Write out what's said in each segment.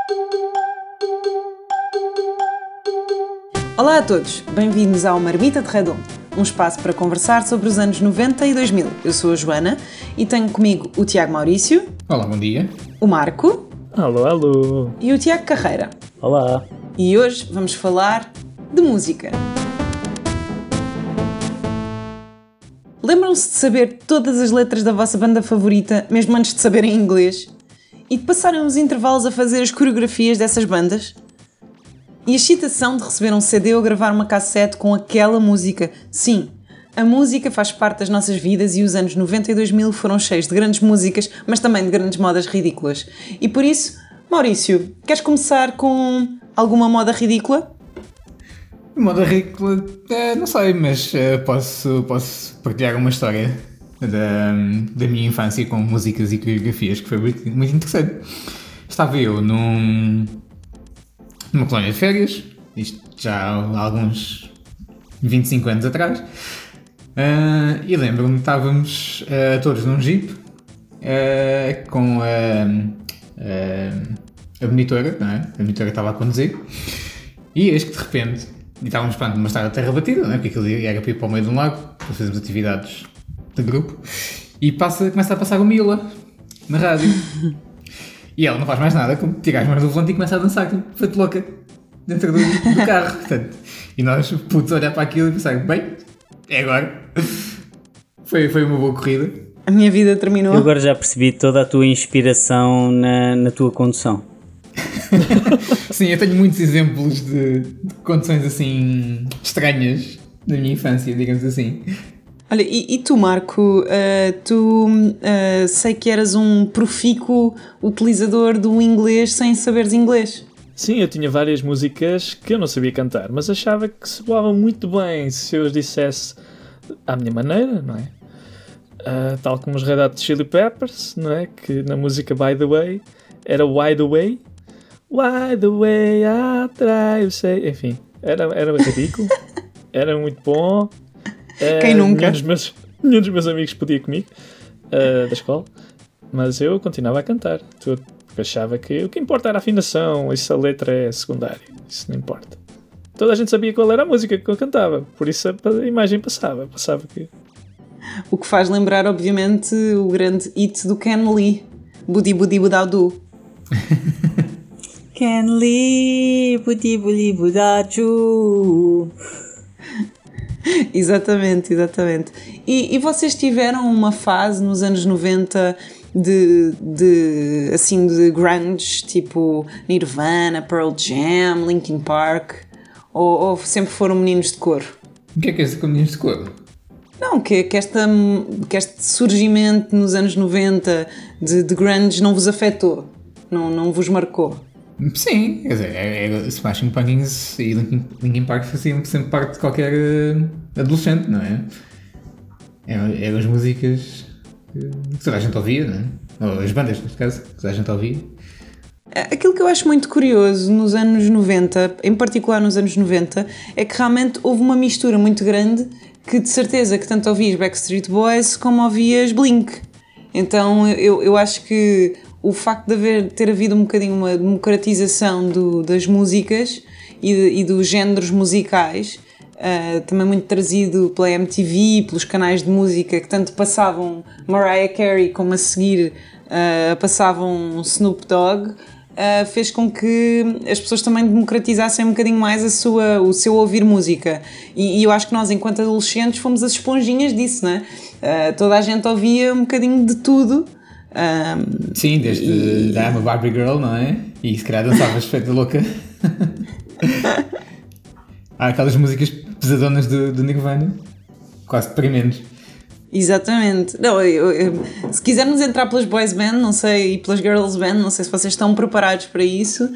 Olá a todos, bem-vindos ao Marmita de Redondo, um espaço para conversar sobre os anos 90 e 2000. Eu sou a Joana e tenho comigo o Tiago Maurício. Olá, bom dia. O Marco. Alô, alô. E o Tiago Carreira. Olá. E hoje vamos falar de música. Lembram-se de saber todas as letras da vossa banda favorita, mesmo antes de saberem inglês? E de passarem os intervalos a fazer as coreografias dessas bandas? E a excitação de receber um CD ou gravar uma cassete com aquela música? Sim, a música faz parte das nossas vidas e os anos 90 e 2000 foram cheios de grandes músicas, mas também de grandes modas ridículas. E por isso, Maurício, queres começar com alguma moda ridícula? Moda ridícula, não sei, mas posso partilhar uma história da minha infância com músicas e coreografias que foi muito, muito interessante. Estava eu numa colónia de férias, isto já há alguns 25 anos atrás, e lembro-me que estávamos todos num jeep com a monitora, não é? A monitora estava a conduzir, e eis que de repente, e estávamos para uma estrada de terra batida, não é? Porque aquilo era para ir para o meio de um lago, para fazermos atividades de grupo, e começa a passar o Mila na rádio. E ela não faz mais nada, como tirar as mãos do volante e começa a dançar, tipo, feito louca, dentro do carro. Portanto, e nós, putos, olhar para aquilo e pensar, bem, é agora. Foi uma boa corrida. A minha vida terminou. Eu agora já percebi toda a tua inspiração na tua condução. Sim, eu tenho muitos exemplos de condições assim estranhas da minha infância, digamos assim. Olha, e tu, Marco, sei que eras um profícuo utilizador do inglês sem saberes inglês. Sim, eu tinha várias músicas que eu não sabia cantar, mas achava que soavam muito bem se eu as dissesse à minha maneira, não é? Tal como os Red Hot Chili Peppers, não é? Que na música By The Way era Why The Way. Why The Way I Try, sei. Enfim, era ridículo, era muito bom. Quem nunca? Nenhum dos meus amigos podia comigo da escola, mas eu continuava a cantar, porque achava que o que importa era a afinação, isso a letra é secundária, isso não importa. Toda a gente sabia qual era a música que eu cantava, por isso a imagem passava que... O que faz lembrar, obviamente, o grande hit do Ken Lee, Budi Budi Budadu. Ken Lee, Budi Budi Budaju. Exatamente. E vocês tiveram uma fase nos anos 90 de grunge, tipo Nirvana, Pearl Jam, Linkin Park, ou sempre foram meninos de coro? O que é isso com meninos de coro? Não, que este surgimento nos anos 90 de grunge não vos afetou, não vos marcou? Sim, quer dizer, Smashing Pumpkins e Linkin Park faziam sempre parte de qualquer adolescente, não é? Eram as músicas que toda a gente ouvia, não é? Ou as bandas, neste caso, que toda a gente ouvia. Aquilo que eu acho muito curioso nos anos 90, em particular nos anos 90, é que realmente houve uma mistura muito grande que de certeza que tanto ouvias Backstreet Boys como ouvias Blink. Então eu acho que o facto de ter havido um bocadinho uma democratização das músicas e dos géneros musicais, também muito trazido pela MTV, pelos canais de música que tanto passavam Mariah Carey como a seguir passavam Snoop Dogg, fez com que as pessoas também democratizassem um bocadinho mais o seu ouvir música. E eu acho que nós, enquanto adolescentes, fomos as esponjinhas disso, não é? Toda a gente ouvia um bocadinho de tudo. Sim, desde I'm a Barbie Girl, não é? E se calhar dançavas feita louca. Há aquelas músicas pesadonas do Nirvana, quase deprimentes. Exatamente. Não, se quisermos entrar pelas boys band, não sei, e pelas girls band, não sei se vocês estão preparados para isso.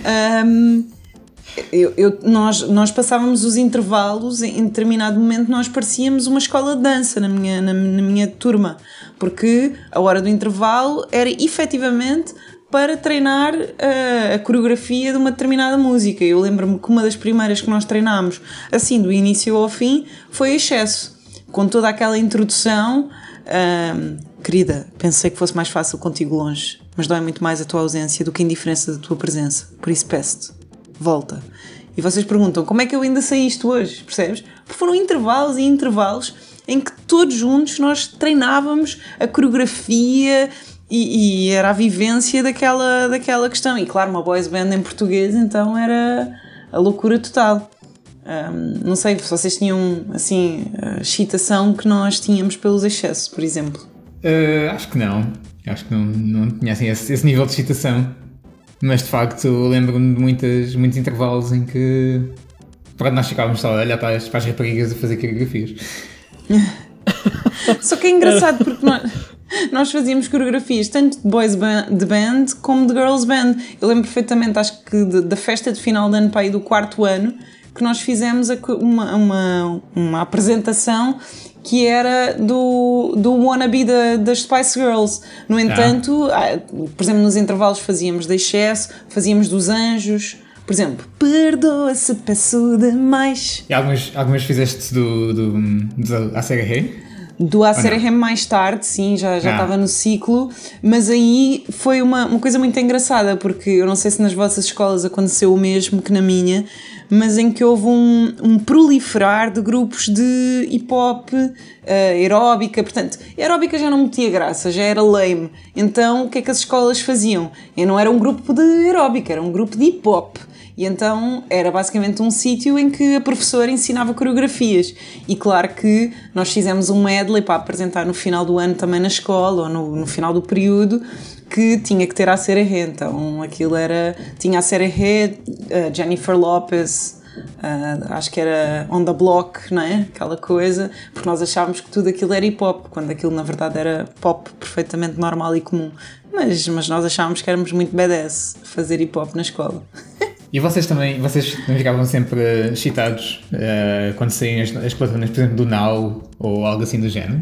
Nós passávamos os intervalos, em determinado momento nós parecíamos uma escola de dança na minha turma, porque a hora do intervalo era efetivamente para treinar a coreografia de uma determinada música. Eu lembro-me que uma das primeiras que nós treinámos, assim, do início ao fim, foi Excesso, com toda aquela introdução. Querida, pensei que fosse mais fácil contigo longe. mas dói muito mais a tua ausência do que a indiferença da tua presença. Por isso peço-te, volta. E vocês perguntam, como é que eu ainda sei isto hoje, percebes? Porque foram intervalos e intervalos em que todos juntos nós treinávamos a coreografia e era a vivência daquela questão. E claro, uma boys band em português, então era a loucura total. Não sei se vocês tinham, assim, a excitação que nós tínhamos pelos excessos, por exemplo. Acho que não. Acho que não tinha assim, esse nível de excitação. Mas de facto lembro-me de muitos intervalos em que nós ficávamos só a olhar para as raparigas a fazer coreografias. Só que é engraçado porque nós fazíamos coreografias tanto de boys de band como de girls band. Eu lembro perfeitamente, acho que da festa de final de ano para aí do 4º ano, que nós fizemos uma apresentação que era do wannabe das Spice Girls. No entanto, por exemplo, nos intervalos fazíamos de excesso, fazíamos dos anjos, por exemplo, perdoa-se, peço demais. E algumas fizeste do Acera Rei? Do ACRM mais tarde, sim, já estava no ciclo, mas aí foi uma coisa muito engraçada, porque eu não sei se nas vossas escolas aconteceu o mesmo que na minha, mas em que houve um proliferar de grupos de hip-hop, aeróbica, portanto, aeróbica já não metia graça, já era lame, então o que é que as escolas faziam? Não era um grupo de aeróbica, era um grupo de hip-hop. E então era basicamente um sítio em que a professora ensinava coreografias. E claro que nós fizemos um medley para apresentar no final do ano também na escola, ou no final do período, que tinha que ter a Sarah He. Então aquilo tinha a Sarah He, Jennifer Lopez, acho que era On The Block, não é? Aquela coisa, porque nós achávamos que tudo aquilo era hip-hop, quando aquilo na verdade era pop perfeitamente normal e comum. Mas nós achávamos que éramos muito badass fazer hip-hop na escola. E vocês também ficavam sempre excitados quando saíam as coletâneas, por exemplo, do Now ou algo assim do género?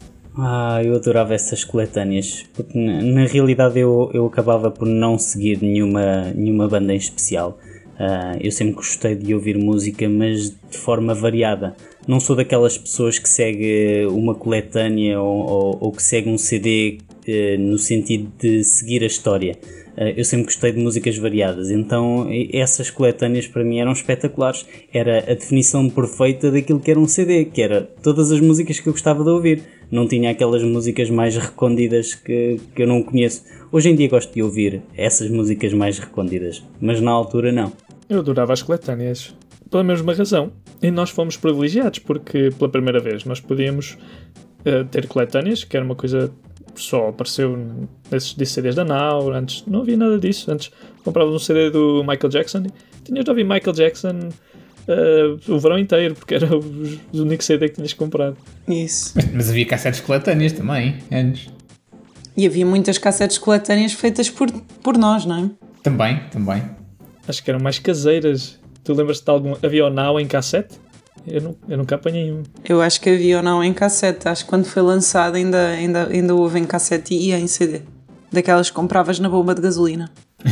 Eu adorava essas coletâneas, porque na realidade eu acabava por não seguir nenhuma banda em especial. Eu sempre gostei de ouvir música, mas de forma variada. Não sou daquelas pessoas que segue uma coletânea ou que segue um CD no sentido de seguir a história. Eu sempre gostei de músicas variadas, então essas coletâneas para mim eram espetaculares. Era a definição perfeita daquilo que era um CD, que era todas as músicas que eu gostava de ouvir. Não tinha aquelas músicas mais recônditas que eu não conheço. Hoje em dia gosto de ouvir essas músicas mais recônditas, mas na altura não. Eu adorava as coletâneas, pela mesma razão. E nós fomos privilegiados, porque pela primeira vez nós podíamos ter coletâneas, que era uma coisa só apareceu nesses CDs da Now. Antes não havia nada disso. Antes compravas um CD do Michael Jackson e tinhas de ouvir Michael Jackson o verão inteiro, porque era o único CD que tinhas comprado. Isso. Mas havia cassetes coletâneas também, antes. E havia muitas cassetes coletâneas feitas por nós, não é? Também. Acho que eram mais caseiras. Tu lembras-te de algum? Havia o Now em cassete? Eu nunca apanhei um. Eu acho que havia ou não em cassete. Acho que quando foi lançado ainda houve em cassete e em CD. Daquelas que compravas na bomba de gasolina.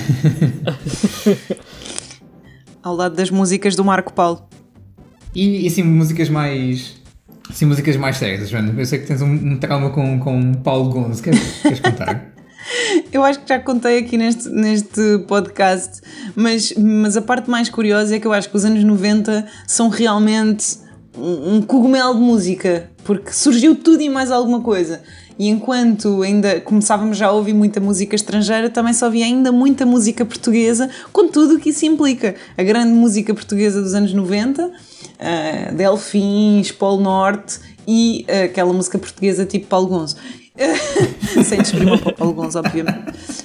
Ao lado das músicas do Marco Paulo. E assim, músicas mais sérias, Joana. Eu sei que tens um trauma com Paulo Gonzo. Queres contar? Eu acho que já contei aqui neste podcast, mas a parte mais curiosa é que eu acho que os anos 90 são realmente um cogumelo de música, porque surgiu tudo e mais alguma coisa. E enquanto ainda começávamos já a ouvir muita música estrangeira, também só havia ainda muita música portuguesa, com tudo o que isso implica. A grande música portuguesa dos anos 90, Delfins, Polo Norte e aquela música portuguesa tipo Paulo Gonzo. Sem desprima para o Paulo Gonzo, obviamente.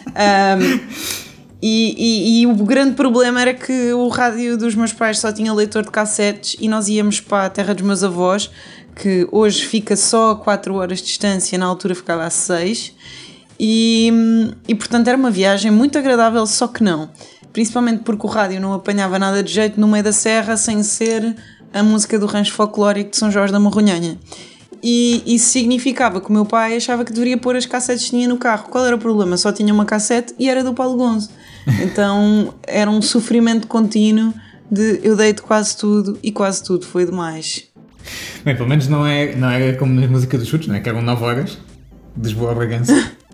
E o grande problema era que o rádio dos meus pais só tinha leitor de cassetes e nós íamos para a terra dos meus avós, que hoje fica só a 4 horas de distância, na altura ficava a 6, e portanto era uma viagem muito agradável, só que não, principalmente porque o rádio não apanhava nada de jeito no meio da serra sem ser a música do rancho folclórico de São Jorge da Morronhanha. E isso significava que o meu pai achava que deveria pôr as cassetes que tinha no carro. Qual era o problema? Só tinha uma cassete e era do Paulo Gonzo. Então era um sofrimento contínuo de eu dei de quase tudo e quase tudo foi demais. Bem, pelo menos não era como na música dos chutes, não é? Que eram 9 horas de Lisboa a Bragança.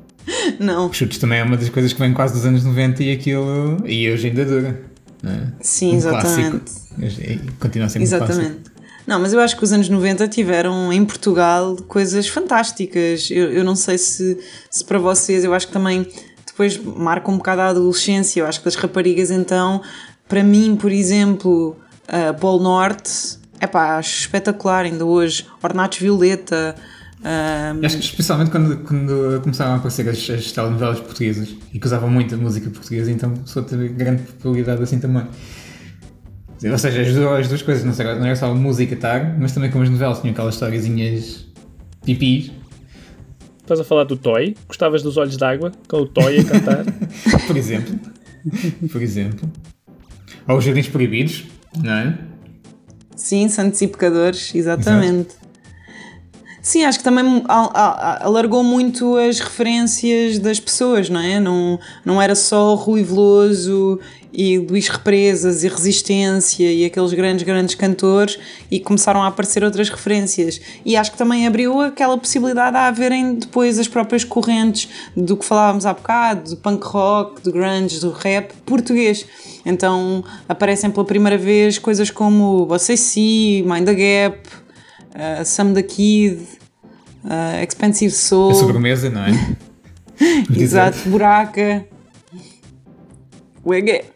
Não. Chutes também é uma das coisas que vem quase dos anos 90 e aquilo. E hoje ainda dura. Não é? Sim, exatamente. Clássico. E continua a ser muito clássico. Exatamente. Não, mas eu acho que os anos 90 tiveram em Portugal coisas fantásticas. Eu não sei se para vocês, eu acho que também depois marca um bocado a adolescência. Eu acho que das raparigas, então, para mim, por exemplo, Polo Norte, acho espetacular ainda hoje. Ornatos Violeta. Acho que especialmente quando começaram a aparecer as telenovelas portuguesas e que usavam muita música portuguesa, então começou a ter grande popularidade assim também. Ou seja, as duas coisas, não era só a música mas também como as novelas tinham aquelas historiazinhas pipis. Estás a falar do Toy? Gostavas dos Olhos d'Água? Com o Toy a cantar? Por exemplo. Ou os Jardins Proibidos, não é? Sim, Santos e Pecadores, exatamente. Exato. Sim, acho que também alargou muito as referências das pessoas, não é? Não era só Rui Veloso e Luís Represas e Resistência e aqueles grandes cantores, e começaram a aparecer outras referências. E acho que também abriu aquela possibilidade de haverem depois as próprias correntes do que falávamos há bocado, do punk rock, do grunge, do rap português. Então aparecem pela primeira vez coisas como Você Si, Mind the Gap, Sam the Kid, Expensive Soul. A sobremesa, não é? Exato, Buraca. Uegue.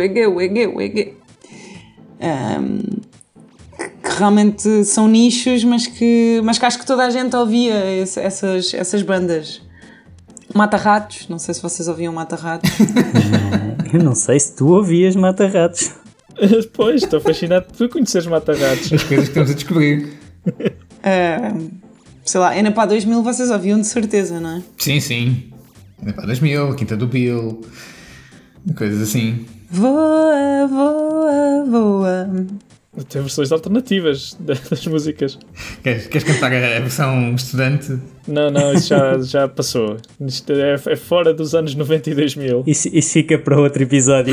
Que realmente são nichos, mas que acho que toda a gente ouvia essas bandas. Mata-Ratos, não sei se vocês ouviam Mata-Ratos. Eu não sei se tu ouvias Mata-Ratos. Pois, estou fascinado por conheceres Mata-Ratos. As coisas que estamos a descobrir. Sei lá, Enapá 2000 vocês ouviam de certeza, não é? Sim. Enapá 2000, Quinta do Bill, coisas assim. Voa. Tem versões alternativas das músicas. Queres cantar a versão estudante? Não, isso já passou. Isto é fora dos anos 90 e 2000. Isso fica para outro episódio.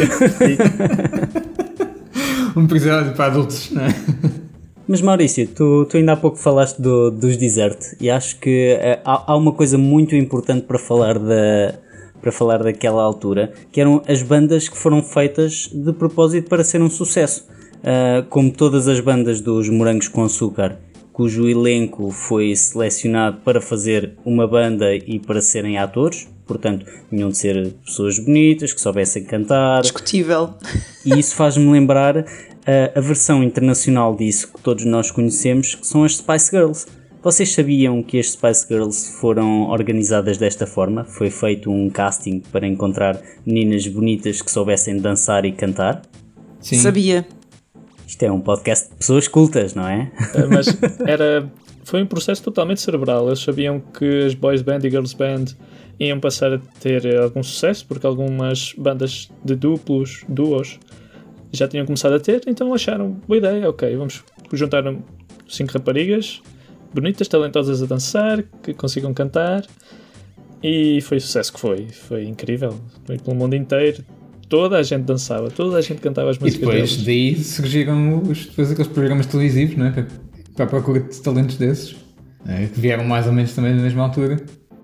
Um episódio para adultos, não é? Mas Maurício, tu ainda há pouco falaste dos Desert, e acho que há uma coisa muito importante para falar daquela altura, que eram as bandas que foram feitas de propósito para ser um sucesso. Como todas as bandas dos Morangos com Açúcar, cujo elenco foi selecionado para fazer uma banda e para serem atores, portanto, tinham de ser pessoas bonitas, que soubessem cantar. Discutível. E isso faz-me lembrar a versão internacional disso que todos nós conhecemos, que são as Spice Girls. Vocês sabiam que as Spice Girls foram organizadas desta forma? Foi feito um casting para encontrar meninas bonitas que soubessem dançar e cantar? Sim. Sabia. Isto é um podcast de pessoas cultas, não é? Mas foi um processo totalmente cerebral. Eles sabiam que as boys band e girls band iam passar a ter algum sucesso, porque algumas bandas de duos, já tinham começado a ter, então acharam boa ideia, ok, vamos juntar 5 raparigas bonitas, talentosas a dançar, que consigam cantar, e foi o sucesso que foi incrível, foi pelo mundo inteiro, toda a gente dançava, toda a gente cantava as músicas deles. E depois daí surgiram depois aqueles programas televisivos, não é? Para a procura de talentos desses, que vieram mais ou menos também na mesma altura.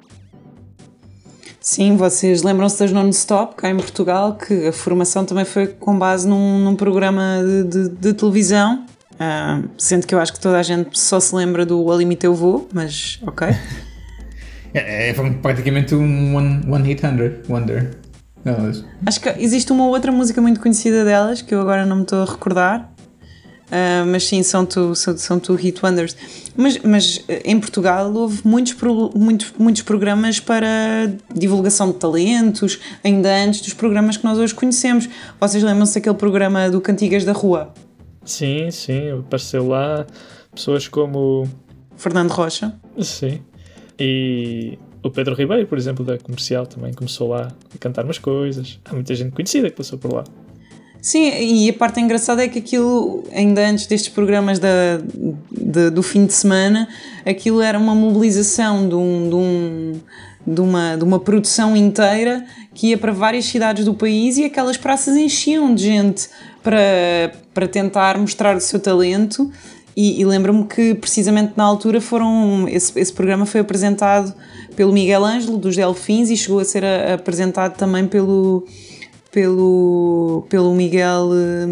Sim, vocês lembram-se das Non-Stop, cá em Portugal, que a formação também foi com base num programa de televisão, sendo que eu acho que toda a gente só se lembra do O Limite Eu Vou, mas ok. Foi praticamente um one hit wonder. Acho que existe uma outra música muito conhecida delas, que eu agora não me estou a recordar, mas sim, são two hit wonders. Mas em Portugal houve muitos programas para divulgação de talentos, ainda antes dos programas que nós hoje conhecemos. Vocês lembram-se daquele programa do Cantigas da Rua? Sim, apareceu lá pessoas como Fernando Rocha. Sim, e o Pedro Ribeiro, por exemplo, da Comercial, também começou lá a cantar umas coisas. Há muita gente conhecida que passou por lá. Sim, e a parte engraçada é que aquilo, ainda antes destes programas do fim de semana, aquilo era uma mobilização de uma produção inteira que ia para várias cidades do país, e aquelas praças enchiam de gente para tentar mostrar o seu talento, E lembro-me que precisamente na altura esse programa foi apresentado pelo Miguel Ângelo dos Delfins e chegou a ser apresentado também pelo Miguel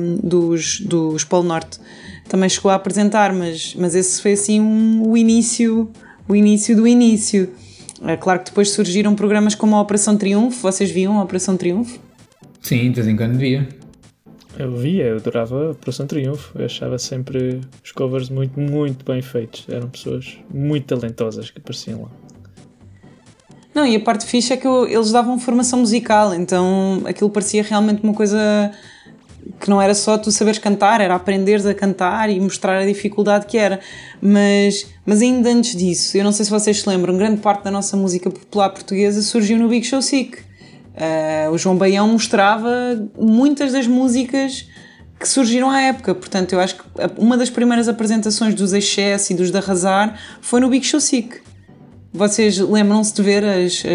dos Polo Norte. Também chegou a apresentar, mas esse foi assim o início do início. É claro que depois surgiram programas como a Operação Triunfo. Vocês viam a Operação Triunfo? Sim, de vez em quando via. Eu adorava a Operação Triunfo. Eu achava sempre os covers muito, muito bem feitos. Eram pessoas muito talentosas que apareciam lá. Não, e a parte fixe é que eles davam formação musical, então aquilo parecia realmente uma coisa que não era só tu saberes cantar, era aprenderes a cantar e mostrar a dificuldade que era. Mas ainda antes disso, eu não sei se vocês se lembram, grande parte da nossa música popular portuguesa surgiu no Big Show Sick. O João Baião mostrava muitas das músicas que surgiram à época, portanto eu acho que uma das primeiras apresentações dos Excesso e dos de Arrasar foi no Big Show Sick. Vocês lembram-se de ver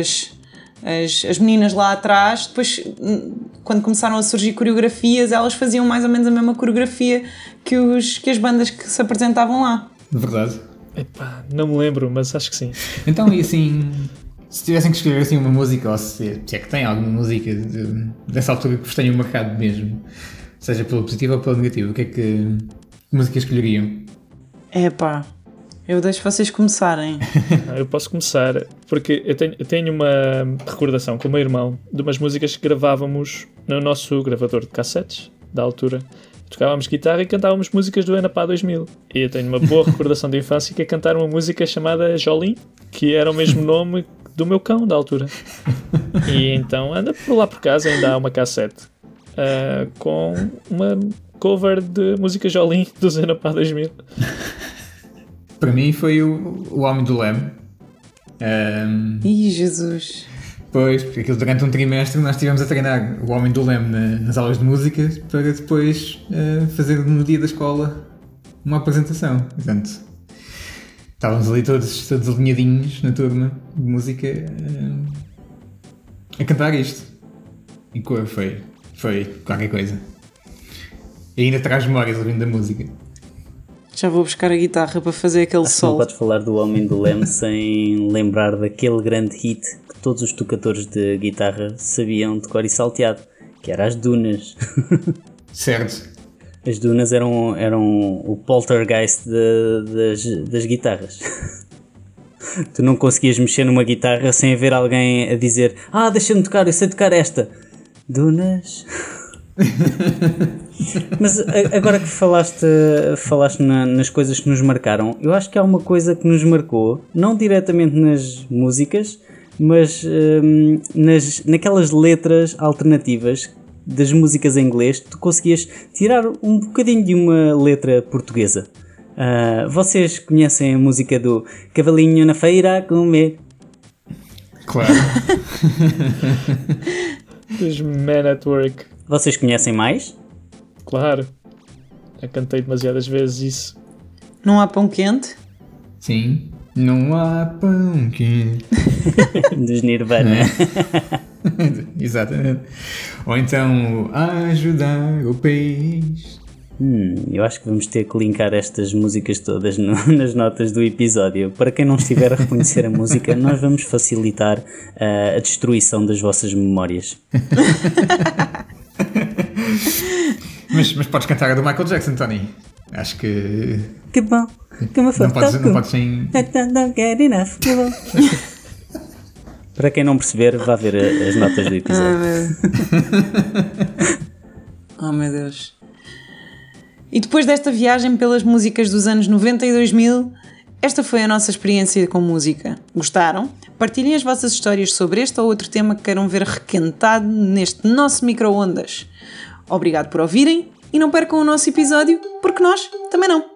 as meninas lá atrás, depois quando começaram a surgir coreografias, elas faziam mais ou menos a mesma coreografia que as bandas que se apresentavam lá. Verdade. Epá, não me lembro, mas acho que sim. Então, e assim, se tivessem que escolher assim uma música, ou se é que tem alguma música dessa altura que vos tenham marcado mesmo, seja pela positiva ou pela negativa, o que música escolheriam? Epá, eu deixo vocês começarem. Eu posso começar, porque eu tenho uma recordação com o meu irmão de umas músicas que gravávamos no nosso gravador de cassetes, da altura. Tocávamos guitarra e cantávamos músicas do Enapá 2000. E eu tenho uma boa recordação de infância que é cantar uma música chamada Jolim, que era o mesmo nome do meu cão da altura. E então anda por lá por casa, ainda há uma cassete com uma cover de música Jolim do Enapá 2000. Para mim foi o Homem do Leme. Ih, Jesus! Pois, porque aquilo durante um trimestre nós estivemos a treinar o Homem do Leme nas aulas de música para depois fazer no dia da escola uma apresentação. Portanto, estávamos ali todos alinhadinhos na turma de música a cantar isto. E foi qualquer coisa. E ainda traz memórias ouvindo da música. Já vou buscar a guitarra para fazer aquele Acho que não solo. podes falar do Homem do Leme sem lembrar daquele grande hit que todos os tocadores de guitarra sabiam de cor e salteado, que era As Dunas. Certo. As Dunas eram o poltergeist das guitarras. Tu não conseguias mexer numa guitarra sem haver alguém a dizer: deixa-me tocar, eu sei tocar esta. Dunas... Mas agora que falaste nas coisas que nos marcaram, eu acho que há uma coisa que nos marcou, não diretamente nas músicas, mas naquelas letras alternativas das músicas em inglês. Tu conseguias tirar um bocadinho de uma letra portuguesa. Vocês conhecem a música do Cavalinho na feira a comer? Claro. Dos Men at Work. Vocês conhecem mais? Claro. Já cantei demasiadas vezes isso. Não há pão quente? Sim. Não há pão quente. Dos Nirvana. Exatamente. Ou então, ajudar o país. Eu acho que vamos ter que linkar estas músicas todas nas notas do episódio. Para quem não estiver a reconhecer a música, nós vamos facilitar a destruição das vossas memórias. Mas podes cantar a do Michael Jackson, Tony. Acho que... Que bom, que me foi não podes sem... Don't get enough, que bom. Para quem não perceber, vá ver as notas do episódio. Oh meu Deus. E depois desta viagem pelas músicas dos anos 90 e 2000, esta foi a nossa experiência com música. Gostaram? Partilhem as vossas histórias sobre este ou outro tema que queiram ver requentado neste nosso micro-ondas. Obrigado por ouvirem e não percam o nosso episódio, porque nós também não.